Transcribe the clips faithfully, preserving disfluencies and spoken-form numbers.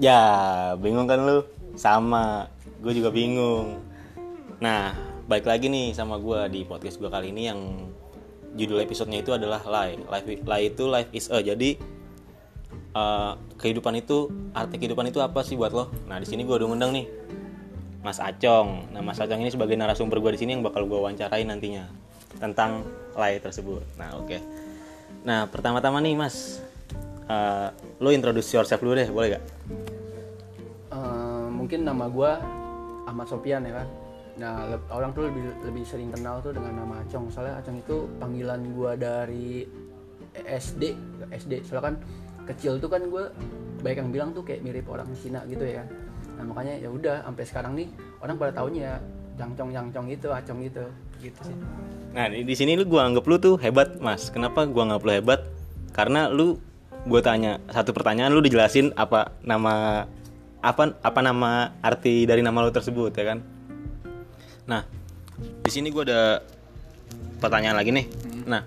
Ya, bingung kan lu? Sama, gue juga bingung. Nah, balik lagi nih sama gue di podcast gue kali ini yang judul episodenya itu adalah Lie. Life, lie itu life is a. Jadi uh, kehidupan itu, arti kehidupan itu apa sih buat lo? Nah, di sini gue udah ngundang nih Mas Acong. Nah, Mas Acong ini sebagai narasumber gue di sini yang bakal gue wawancarai nantinya tentang lie tersebut. Nah, oke. Okay. Nah, pertama-tama nih Mas, uh, lo introduce yourself dulu deh, boleh gak? Uh, mungkin nama gue Ahmad Sopian ya kan. Nah, le- orang tuh lebih lebih sering kenal tuh dengan nama Acong. Soalnya Acong itu panggilan gue dari S D, S D. Soalnya kan kecil tuh kan gue banyak yang bilang tuh kayak mirip orang Cina gitu ya kan. Nah makanya ya udah sampai sekarang nih orang pada taunya ya Jangcong Jangcong gitu, Acong gitu, gitu sih. Nah di, di sini lu gue anggap lu tuh hebat Mas. Kenapa gue anggap lu hebat? Karena lu, gue tanya satu pertanyaan lu dijelasin apa nama apa apa nama arti dari nama lu tersebut ya kan. Nah di sini gue ada pertanyaan lagi nih. Hmm. Nah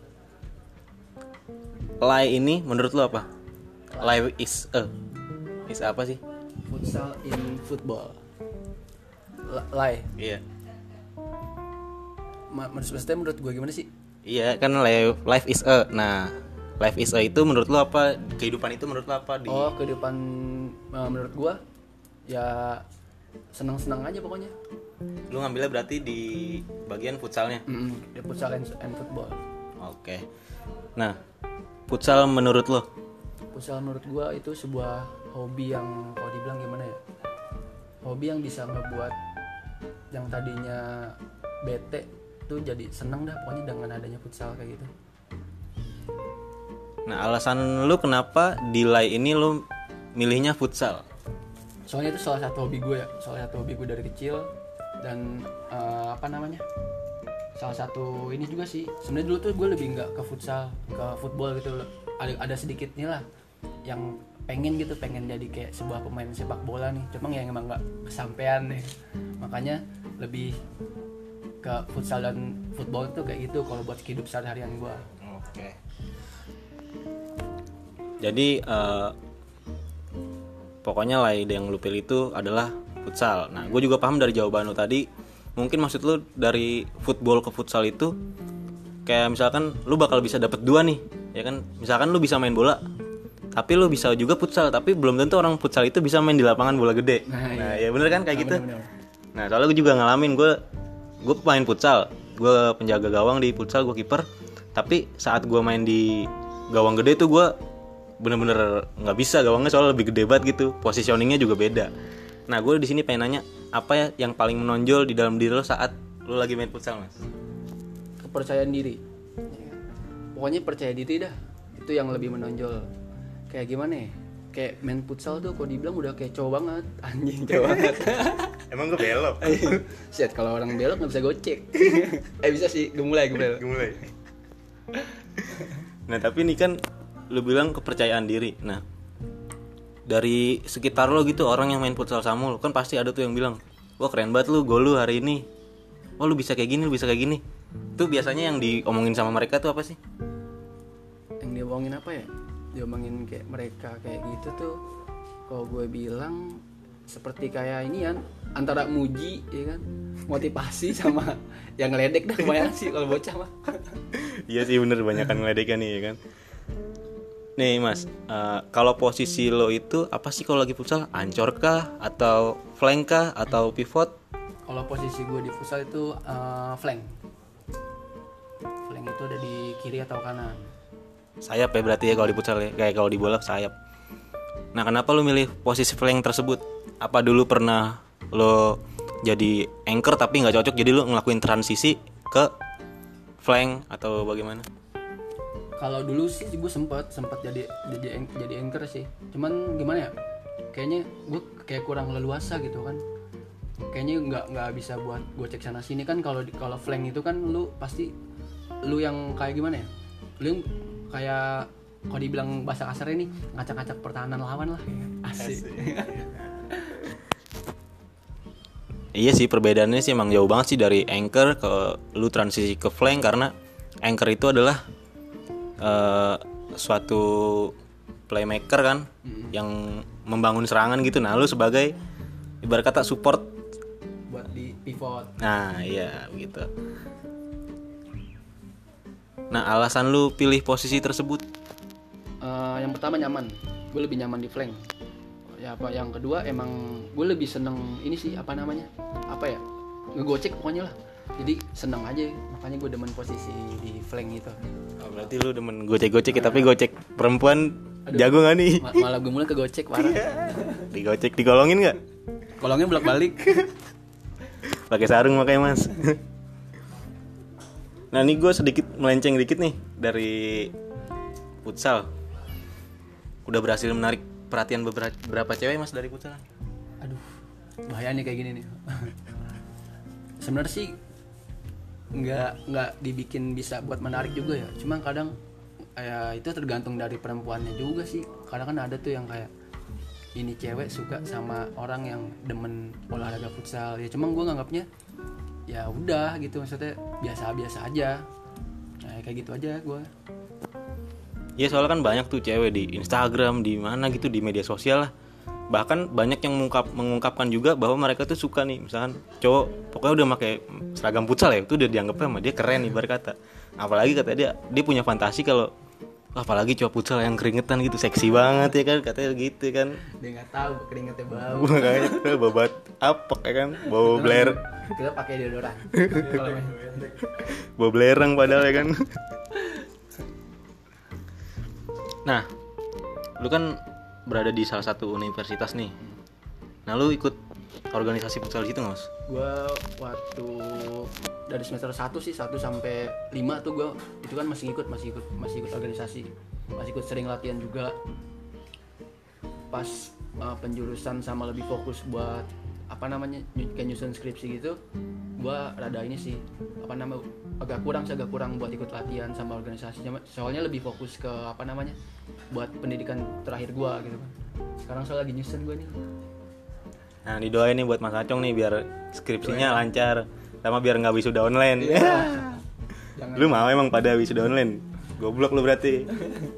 lie ini menurut lu apa? Lie is a is apa sih? Futsal in football. L- lie. Iya. Ma- maksudnya menurut gue gimana sih? Iya kan life is a. Nah, life is a itu menurut lo apa? Kehidupan itu menurut lo apa? Di... Oh, kehidupan uh, menurut gue ya senang-senang aja pokoknya. Lu ngambilnya berarti di bagian futsalnya? Mm-hmm. Di futsal and, and football. Oke. Nah, futsal menurut lo? Futsal menurut gue itu sebuah hobi yang kalau dibilang gimana ya? Hobi yang bisa ngebuat yang tadinya bete tuh jadi seneng dah pokoknya dengan adanya futsal kayak gitu. Nah, alasan lu kenapa di lie ini lu milihnya futsal? Soalnya itu salah satu hobi gue ya, salah satu hobi gue dari kecil dan uh, apa namanya? Salah satu ini juga sih. Sebenarnya dulu tuh gue lebih nggak ke futsal, ke football gitu. Ada ada sedikitnya lah yang pengen gitu, pengen jadi kayak sebuah pemain sepak bola nih. Cuma yang emang nggak kesampean nih. Makanya lebih ke futsal dan football itu kayak gitu kalau buat hidup sehari-harian gue. Oke. Jadi uh, pokoknya lie yang lu pilih itu adalah futsal. Nah, gue juga paham dari jawaban lu tadi. Mungkin maksud lu dari football ke futsal itu kayak misalkan lu bakal bisa dapet dua nih, ya kan? Misalkan lu bisa main bola, tapi lu bisa juga futsal, tapi belum tentu orang futsal itu bisa main di lapangan bola gede. Nah, nah iya. Ya bener kan kayak nah, gitu. Bener, bener. Nah, soalnya gue juga ngalamin, gue gue main futsal, gue penjaga gawang di futsal, gue kiper. Tapi saat gue main di gawang gede tuh gue bener-bener nggak bisa, gawangnya soalnya lebih gede banget gitu, positioningnya juga beda. Nah, gue di sini pengen nanya, apa ya yang paling menonjol di dalam diri lo saat lo lagi main futsal, Mas? Kepercayaan diri. Pokoknya percaya diri dah, itu yang lebih menonjol. Kayak gimana ya? Kayak main futsal tuh kalau dibilang udah kayak cowok banget, anjing cowok banget. Emang gue belok? Set, kalau orang belok nggak bisa gocek. eh bisa sih, gemulai gemulai. Gemulai. Nah tapi ini kan lu bilang kepercayaan diri. Nah dari sekitar lo gitu, orang yang main futsal sama lo kan pasti ada tuh yang bilang, wah keren banget lu, gol lu hari ini. Wah lu bisa kayak gini, lu bisa kayak gini. Tuh biasanya yang diomongin sama mereka tuh apa sih? Yang diomongin apa ya? Diomongin kayak mereka kayak gitu tuh. Kalau gue bilang seperti kayak ini kan, antara muji ya kan, motivasi sama yang ngeledek dah kebanyakan sih kalau bocah mah. Iya sih bener, banyakan ngeledekan nih ya kan. Nih Mas, uh, kalau posisi lo itu apa sih kalau lagi futsal? Ancor kah? Atau flank kah? Atau pivot? Kalau posisi gue di futsal itu uh, flank. Flank itu ada di kiri atau kanan. Sayap ya berarti ya kalau di futsal ya, kayak kalau di bola sayap. Nah kenapa lo milih posisi flank tersebut? Apa dulu pernah lo jadi anchor tapi nggak cocok, jadi lo ngelakuin transisi ke flank atau bagaimana? Kalau dulu sih gue sempat sempat jadi jadi jadi anchor sih. Cuman gimana ya? Kayaknya gue kayak kurang leluasa gitu kan. Kayaknya nggak nggak bisa buat gue cek sana sini kan. Kalau kalau flank itu kan lu pasti lu yang kayak gimana ya? Lu yang kayak kalau dibilang bahasa kasarnya nih ngacak-ngacak pertahanan lawan lah. Asik. Iya sih, perbedaannya sih emang jauh banget sih dari anchor ke lu transisi ke flank, karena anchor itu adalah uh, suatu playmaker kan, hmm. yang membangun serangan gitu. Nah lu sebagai ibarat kata support buat di pivot. Nah iya begitu. Nah alasan lu pilih posisi tersebut? Uh, yang pertama nyaman, gue lebih nyaman di flank. Ya apa? Yang kedua emang gue lebih seneng ini sih apa namanya? Apa ya? Ngegocek pokoknya lah. Jadi seneng aja, makanya gue demen posisi di flank gitu. Oh, berarti lu demen gocek-gocek ya, tapi gocek perempuan. Aduh, jago gak nih? Ma- malah gue mulai kegocek parah. Digocek, digolongin gak? Golongnya bolak-balik. Pakai sarung makanya mas. Nah ini gue sedikit melenceng dikit nih dari futsal. Udah berhasil menarik perhatian beberapa, berapa cewek mas dari futsal? Aduh, bahaya nih kayak gini nih. Sebenarnya sih nggak nggak dibikin bisa buat menarik juga ya. Cuma kadang ya itu tergantung dari perempuannya juga sih. Kadang kan ada tuh yang kayak ini cewek suka sama orang yang demen olahraga futsal. Ya cuma gue nganggapnya ya udah gitu, maksudnya biasa-biasa aja. Nah, kayak gitu aja gue. Ya soalnya kan banyak tuh cewek di Instagram, di mana gitu, di media sosial lah. Bahkan banyak yang mengungkap, mengungkapkan juga bahwa mereka tuh suka nih, misalkan cowok pokoknya udah pakai seragam futsal ya, itu udah dianggap sama dia keren nih berkata. Apalagi kata dia, dia punya fantasi kalau apalagi cowok futsal yang keringetan gitu, seksi banget ya kan, katanya gitu kan. Dia nggak tahu keringetnya bau. Makanya babat apek ya kan, bau bler. Kita pakai deodoran. Bau belerang padahal ya kan. Nah, lu kan berada di salah satu universitas nih. Nah, lu ikut organisasi futsal gitu nggak mas? Gue waktu dari semester satu sih, satu sampai lima tuh gue itu kan masih ikut, masih ikut, masih ikut organisasi, masih ikut sering latihan juga. Pas uh, penjurusan sama lebih fokus buat apa namanya kayak nyusun skripsi gitu, gue rada ini sih apa namanya agak kurang, agak kurang buat ikut latihan sama organisasi. Soalnya lebih fokus ke apa namanya buat pendidikan terakhir gue gitu kan. Sekarang soal lagi nyusun gue nih. Nah didoain nih buat Mas Acong nih biar skripsinya doain lancar, sama biar nggak wisuda online. Yeah. Lu mau emang pada wisuda online? Goblok lu berarti.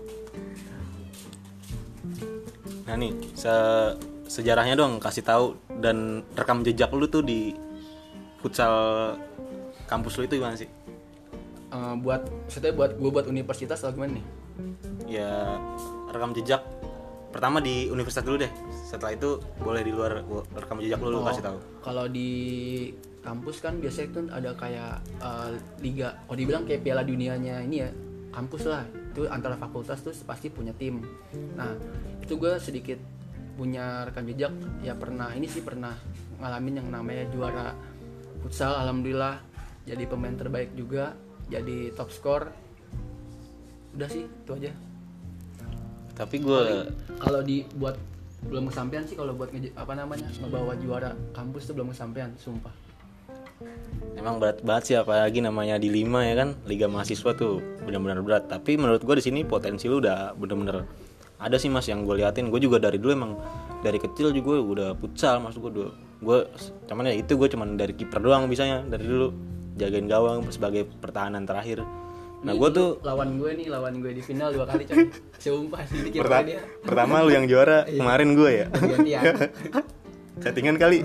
Nah nih se- sejarahnya dong kasih tahu dan rekam jejak lu tuh di futsal kampus lu itu gimana sih? Uh, buat maksudnya buat gue buat universitas atau gimana nih? Ya rekam jejak pertama di universitas dulu deh. Setelah itu boleh di luar rekam jejak lu, oh, lu kasih tahu. Kalau di kampus kan biasanya itu ada kayak uh, liga, oh dibilang kayak Piala Dunianya ini ya, kampus lah. Itu antara fakultas tuh pasti punya tim. Nah, itu gue sedikit punya rekam jejak ya, pernah ini sih pernah ngalamin yang namanya juara futsal, alhamdulillah jadi pemain terbaik juga, jadi top skor. Udah sih itu aja. Tapi gue kalau dibuat belum kesampean sih, kalau buat nge- apa namanya ngebawa juara kampus tuh belum kesampean, sumpah. Emang berat banget sih, apalagi namanya di lima ya kan, liga mahasiswa tuh benar-benar berat. Tapi menurut gue di sini potensi lu udah benar-benar ada sih mas, yang gue liatin. Gue juga dari dulu emang dari kecil juga udah futsal, maksud gue dulu. Gue cuman ya itu gue cuman dari kiper doang bisanya dari dulu, jagain gawang sebagai pertahanan terakhir. Nah gue tuh lawan gue nih, lawan gue di final dua kali coy. Sumpah sih dikit Perta- dia. Pertama lu yang juara, kemarin gue ya. Settingan kali.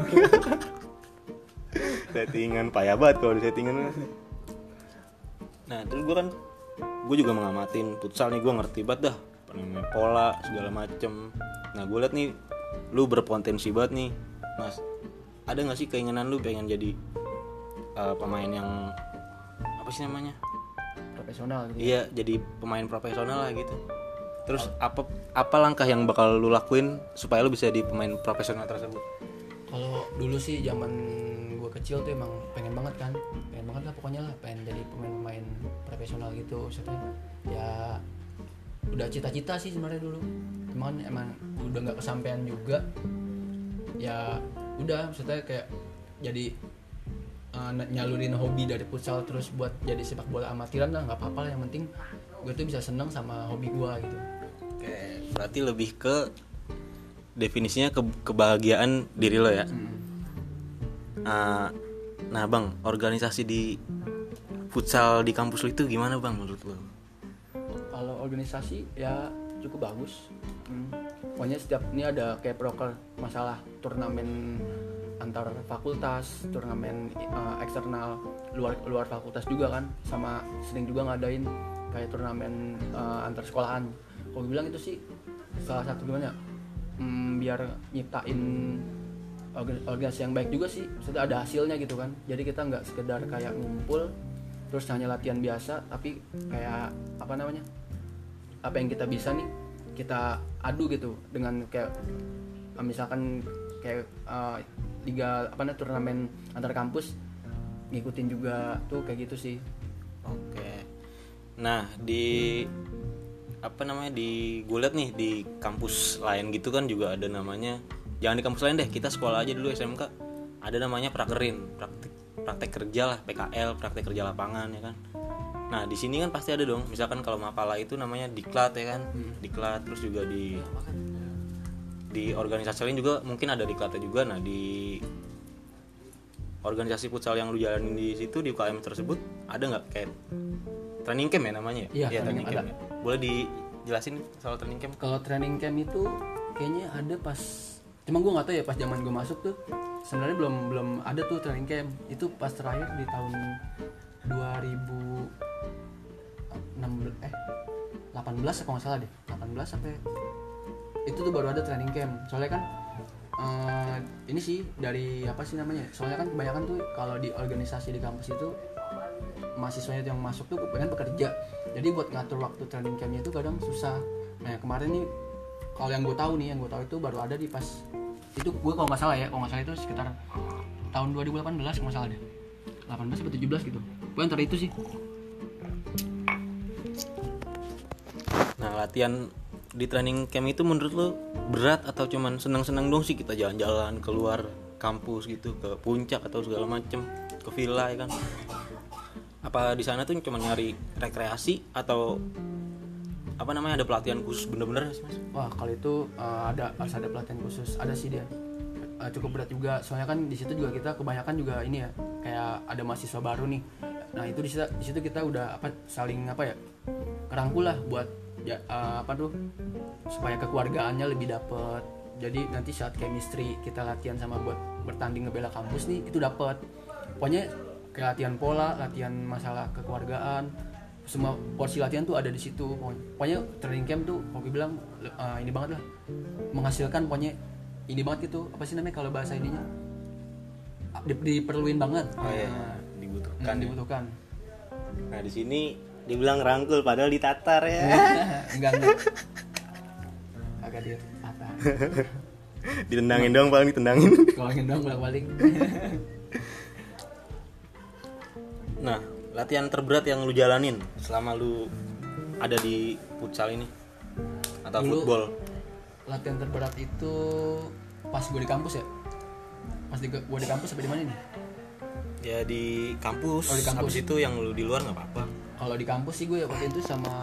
Settingan payah banget kalau di settingan. Nah terus gue kan gue juga mengamatin futsal nih, gue ngerti banget dah namanya pola segala macem. Nah gue liat nih lu berpotensi banget nih mas. Ada nggak sih keinginan lu pengen jadi uh, pemain yang apa sih namanya? Profesional gitu. Iya, jadi pemain profesional lah gitu. Terus apa apa langkah yang bakal lu lakuin supaya lu bisa jadi pemain profesional tersebut? Kalau dulu sih zaman gue kecil tuh emang pengen banget kan, pengen banget lah pokoknya lah, pengen jadi pemain-pemain profesional gitu. Maksudnya ya udah cita-cita sih sebenarnya dulu, cuman emang udah nggak kesampaian juga. Ya udah, maksudnya kayak jadi Uh, nyalurin hobi dari futsal terus buat jadi sepak bola amatiran lah, nggak apa-apa lah, yang penting gue tuh bisa seneng sama hobi gue gitu. Oke, berarti lebih ke definisinya ke kebahagiaan diri lo ya. Hmm. Uh, nah bang, organisasi di futsal di kampus lo itu gimana bang menurut lo? Kalau organisasi ya cukup bagus. Hmm. Pokoknya setiap ini ada kayak proker masalah turnamen antar fakultas, turnamen uh, eksternal luar luar fakultas juga kan, sama sering juga ngadain kayak turnamen uh, antar sekolahan. Kalau bilang itu sih salah satu gimana ya, hmm, biar nyiptain organisasi yang baik juga sih, maksudnya ada hasilnya gitu kan. Jadi kita nggak sekedar kayak ngumpul terus hanya latihan biasa, tapi kayak apa namanya, apa yang kita bisa nih kita adu gitu dengan kayak misalkan kayak uh, liga apa namanya turnamen antar kampus ngikutin juga tuh kayak gitu sih. Oke. Nah di apa namanya di gue liat nih di kampus lain gitu kan juga ada namanya, jangan di kampus lain deh, kita sekolah aja dulu S M K, ada namanya prakerin, praktek praktek kerja lah, P K L, praktek kerja lapangan ya kan. Nah di sini kan pasti ada dong, misalkan kalau mapala itu namanya diklat ya kan, hmm. diklat, terus juga di di organisasi lain juga mungkin ada diklatnya juga. Nah di organisasi futsal yang lu jalanin di situ di U K M tersebut ada nggak kayak training camp ya namanya? Iya, ya, training camp. Ya. Boleh dijelasin soal training camp? Kalau training camp itu kayaknya ada pas, cuma gue nggak tahu ya pas zaman gue masuk tuh sebenarnya belum belum ada tuh training camp. Itu pas terakhir di tahun dua ribu enam belas eh delapan belas apa nggak salah deh, delapan belas sampai itu tuh baru ada training camp. Soalnya kan uh, ini sih dari apa sih namanya, soalnya kan kebanyakan tuh kalau di organisasi di kampus itu mahasiswanya yang masuk tuh kebanyakan pekerja, jadi buat ngatur waktu training campnya itu kadang susah. Nah kemarin nih kalau yang gue tahu nih yang gue tahu itu baru ada di pas itu gue kalau nggak salah ya, kalau nggak salah itu sekitar tahun dua ribu delapan belas kalau nggak salah deh, delapan belas sampai tujuh belas gitu, pokoknya antara itu sih. Nah latihan di training camp itu menurut lo berat atau cuman senang-senang dong sih, kita jalan-jalan keluar kampus gitu ke puncak atau segala macem, ke villa ya kan? Apa di sana tuh cuma nyari rekreasi atau apa namanya ada pelatihan khusus bener-bener sih mas? Wah kalau itu uh, ada harus ada pelatihan khusus, ada sih dia. Uh, cukup berat juga, soalnya kan di situ juga kita kebanyakan juga ini ya kayak ada mahasiswa baru nih. Nah itu di situ di situ kita udah apa saling apa ya kerangkul lah buat ya, uh, apa tuh supaya kekeluargaannya lebih dapet. Jadi nanti saat chemistry kita latihan sama buat bertanding ngebela kampus nih itu dapet. Pokoknya kayak latihan pola, latihan masalah kekeluargaan, semua porsi latihan tuh ada di situ. Pokoknya training camp tuh kalau gue bilang uh, ini banget lah, menghasilkan pokoknya ini banget gitu, apa sih namanya kalau bahasa ininya Di, diperluin banget. Oh iya, nah, dibutuhkan. Hmm, dibutuhkan. Nah di sini dibilang rangkul padahal ditatar ya. enggak enggak. Agak ditatar. Ditendangin dong paling ditendangin. Kalau dong bolak-balik. Nah, latihan terberat yang lu jalanin selama lu ada di futsal ini atau Dulu, football? Latihan terberat itu pas gue di kampus ya. Pas di, gue di kampus sampai di mana nih? Ya di kampus. Oh, di kampus. Habis itu yang lu di luar nggak apa-apa. Kalau di kampus sih gue waktu itu sama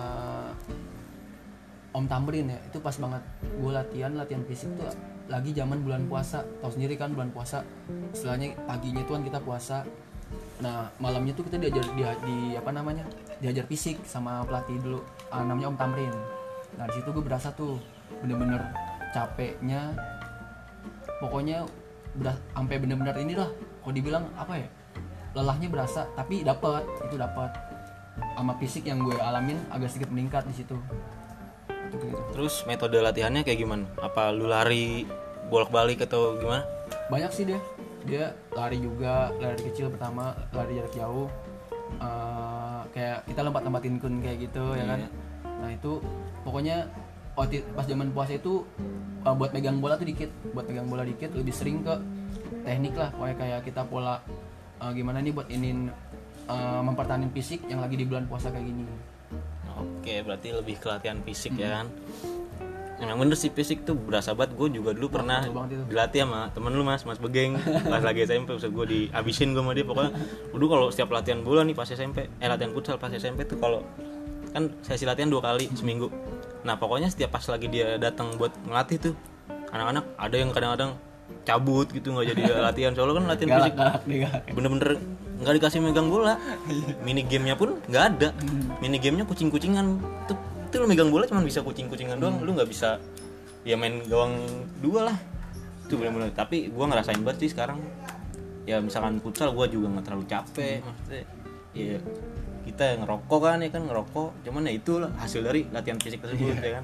Om Tamrin ya. Itu pas banget gue latihan latihan fisik tuh lagi zaman bulan puasa. Tahu sendiri kan bulan puasa. Setelahnya paginya tuh kan kita puasa. Nah malamnya tuh kita diajar di, di apa namanya diajar fisik sama pelatih dulu uh, namanya Om Tamrin. Nah di situ gue berasa tuh bener-bener capeknya, pokoknya beras, sampai bener-bener inilah kalau dibilang apa ya lelahnya berasa, tapi dapat itu dapat sama fisik yang gue alamin agak sedikit meningkat di situ. Terus metode latihannya kayak gimana? Apa lu lari bolak-balik atau gimana? Banyak sih dia. Dia lari juga, lari kecil pertama, lari jarak jauh, uh, kayak kita lompat-lompatin kun kayak gitu ya kan. Nah itu pokoknya pas zaman puasa itu uh, buat megang bola tuh dikit, buat megang bola dikit, lebih sering ke teknik lah. Pokoknya kayak kita pola uh, gimana nih buat inin uh, mempertahankan fisik yang lagi di bulan puasa kayak gini. Oke, berarti lebih ke latihan fisik hmm. ya kan. Yang bener sih fisik tuh berasa banget. Gue juga dulu oh, pernah dilatih sama temen lu mas, mas Begeng. Pas lagi S M P, gue dihabisin gue sama dia. Pokoknya dulu kalau setiap latihan bola nih pas S M P, eh latihan futsal pas S M P tuh kalau kan sesi latihan dua kali seminggu. Nah pokoknya setiap pas lagi dia datang buat ngelatih tuh, anak-anak ada yang kadang-kadang cabut gitu nggak jadi latihan. Soalnya kan latihan galak, fisik galak, galak. bener-bener nggak dikasih megang bola. Mini gamenya pun nggak ada. Mini gamenya kucing-kucingan. Itu, itu lu megang bola cuma bisa kucing-kucingan doang. Lu nggak bisa ya main gawang dua lah. Itu benar-benar. Tapi gue ngerasain banget sih sekarang. Ya misalkan futsal gue juga nggak terlalu capek. Maksudnya ya kita ngerokok kan ya kan ngerokok. Cuman ya itu lah hasil dari latihan fisik tersebut ya kan.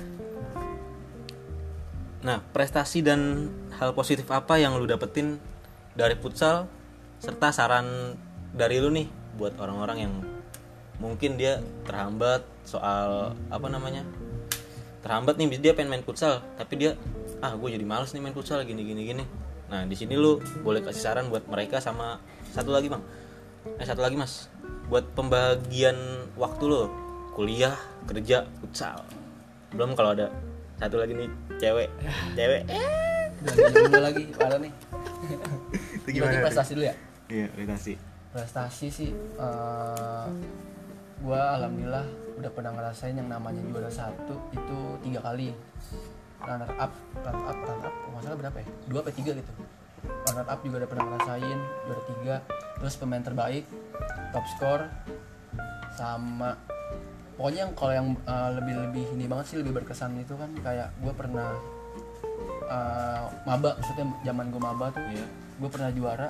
Nah, prestasi dan hal positif apa yang lu dapetin dari futsal serta saran dari lu nih buat orang-orang yang mungkin dia terhambat soal apa namanya? Terhambat nih dia pengen main futsal tapi dia ah gue jadi males nih main futsal gini gini gini. Nah, di sini lu boleh kasih saran buat mereka sama satu lagi, Bang. Eh satu lagi, Mas. Buat pembagian waktu lo, kuliah, kerja, futsal. Belum kalau ada satu lagi nih cewek. Cewek. Udah lagi parah nih. Itu gimana? Prestasi dulu ya? Iya, prestasi. Prestasi sih uh, gue alhamdulillah udah pernah ngerasain yang namanya juara satu itu tiga kali. Runner up, runner up, runner up, masalah berapa ya? Dua atau tiga gitu. Runner up juga udah pernah ngerasain juara tiga. Terus pemain terbaik, top score, sama pokoknya yang kalau yang uh, lebih-lebih ini banget sih lebih berkesan itu kan kayak gue pernah uh, maba, maksudnya zaman gue maba tuh, yeah. Gue pernah juara.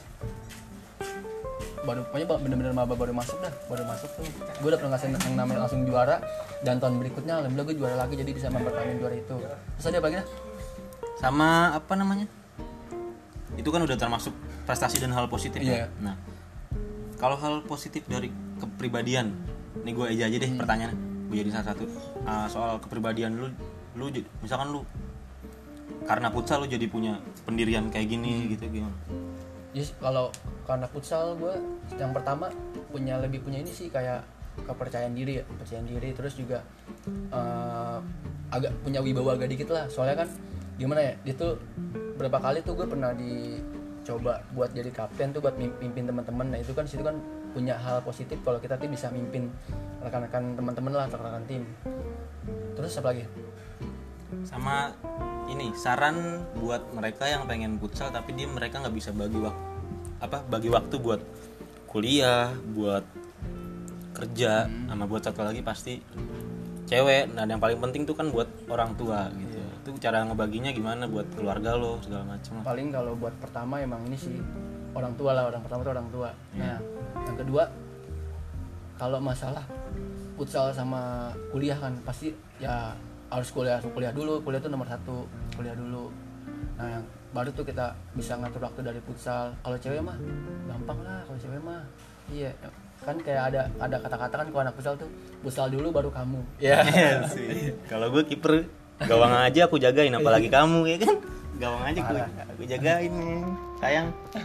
Baru pokoknya bener-bener maba baru masuk dah, baru masuk tuh. Gue udah pernah ngasihin yang namanya langsung juara dan tahun berikutnya alhamdulillah gue juara lagi jadi bisa mempertahankan juara itu. Terus ada apa lagi dah? Sama apa namanya? Itu kan udah termasuk prestasi dan hal positif. Yeah. Ya? Nah, kalau hal positif dari kepribadian, nih gue aja aja deh hmm. pertanyaan, gue jadi satu-satu uh, soal kepribadian lu, lu misalkan lu karena futsal lu jadi punya pendirian kayak gini hmm. gitu gimana? Yes, kalau karena futsal gue yang pertama punya lebih punya ini sih kayak kepercayaan diri ya, kepercayaan diri terus juga uh, agak punya wibawa agak dikit lah soalnya kan gimana ya dia tuh berapa kali tuh gue pernah dicoba buat jadi kapten tuh buat mimpin teman-teman. Nah itu kan situ kan punya hal positif kalau kita tuh bisa mimpin rekan-rekan teman-teman lah, rekan-rekan tim. Terus apa lagi? Sama ini saran buat mereka yang pengen futsal tapi dia mereka nggak bisa bagi waktu apa bagi waktu buat kuliah, buat kerja, hmm. sama buat satu lagi pasti cewek. Nah yang paling penting tuh kan buat orang tua gitu. Yeah. Itu cara ngebaginya gimana buat keluarga lo segala macam. Paling kalau buat pertama emang ini sih orang tua lah, orang pertama tuh orang tua. Yeah. Nah yang kedua kalau masalah futsal sama kuliah kan pasti ya harus kuliah, kuliah dulu, kuliah tuh nomor satu, kuliah dulu. Nah yang baru tuh kita bisa ngatur waktu dari futsal. Kalau cewek mah gampang lah, kalau cewek mah iya kan kayak ada ada kata-kata kan kalau anak futsal tuh futsal dulu baru kamu. Ya yeah. Sih. Kalau gue kiper gawang aja aku jagain apalagi kamu ya kan. Gawang aja gue aku jagain nih. Sayang.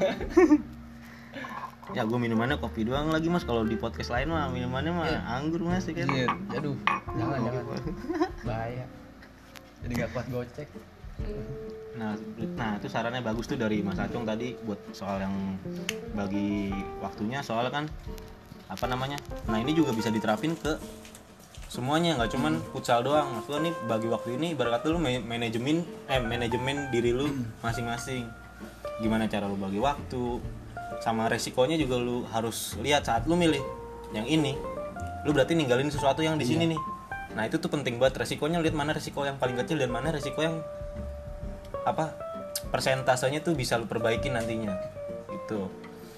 Ya gue minumannya kopi doang lagi mas. Kalau di podcast lain mah minumannya mah yeah. anggur mas kan. Iya. Aduh. Jangan jangan. Bahaya. Jadi nggak kuat gocek. Nah, nah itu sarannya bagus tuh dari Mas Acung tadi buat soal yang bagi waktunya soal kan apa namanya. Nah ini juga bisa diterapin ke semuanya nggak cuman futsal doang. Maksudnya nih bagi waktu ini ibarat kata lu manajemen eh manajemen diri lu masing-masing. Gimana cara lu bagi waktu? Sama resikonya juga lu harus lihat saat lu milih yang ini lu berarti ninggalin sesuatu yang di sini iya. nih. Nah itu tuh penting banget resikonya lihat mana resiko yang paling kecil dan mana resiko yang apa persentasenya tuh bisa lu perbaikin nantinya gitu.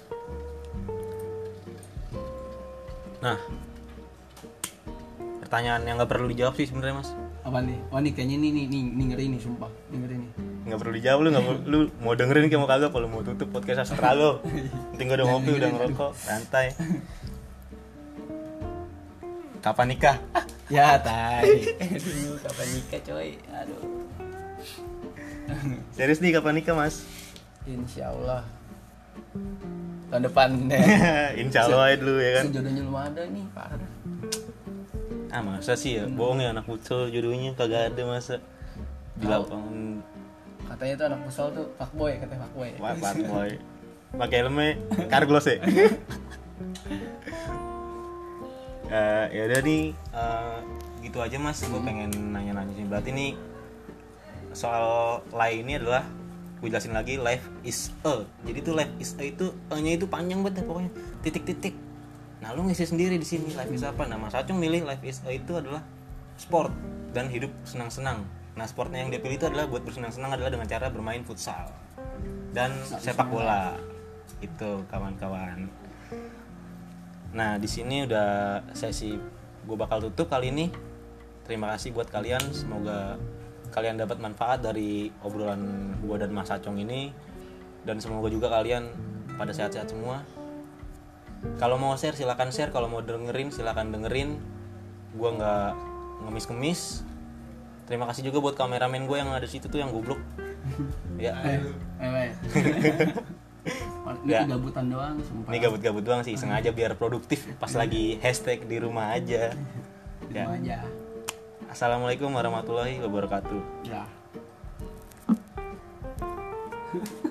Nah pertanyaan yang nggak perlu dijawab sih sebenarnya mas. Apa nih? Oh nih kayaknya nih nih nih, nih ngeri nih sumpah nih ngeri nih. Nggak perlu dijawab lu nggak mau lu mau dengerin kayak mau kagak kalau mau tutup podcast Astrago. Penting gue udah ngopi udah ngerokok santai. Kapan nikah? Ya tai. Aduh kapan nikah coy. Aduh. Serius nih kapan nikah mas? Insya Allah tahun depan. Insya Allah dulu ya kan. Jodohnya belum ada nih parah. Ah masa sih ya, hmm. bohong ya anak futsal jodohnya kagak ada masa di lapangan. Katanya tuh anak futsal tuh fuckboy, katanya fuckboy. Wah fuckboy. Pakai helmnya Carglass ya. uh, ya udah nih uh, gitu aja mas. Gue pengen nanya-nanya sih. Berarti nih soal lainnya adalah gue jelasin lagi, life is a. Jadi tuh life is a itu E-nya itu panjang banget pokoknya, titik-titik. Nah lu ngisi sendiri di sini life is apa. Nah Mas Acung milih life is a itu adalah sport dan hidup senang-senang. Nah sportnya yang dia pilih itu adalah buat bersenang-senang adalah dengan cara bermain futsal dan sepak bola. Itu kawan-kawan. Nah di sini udah sesi gue bakal tutup kali ini. Terima kasih buat kalian, semoga kalian dapat manfaat dari obrolan gue dan Mas Acong ini, dan semoga juga kalian pada sehat-sehat semua. Kalau mau share silakan share, kalau mau dengerin silakan dengerin. Gue nggak ngemis-ngemis. Terima kasih juga buat kameramen gue yang ada di situ tuh yang goblok. Ya. Eh, eh, Ini Ya. gabutan doang, sumpah. Ini gabut-gabut doang sih, sengaja biar produktif pas lagi hashtag di rumah aja. Di Ya. rumah aja. Assalamualaikum warahmatullahi wabarakatuh. Ya.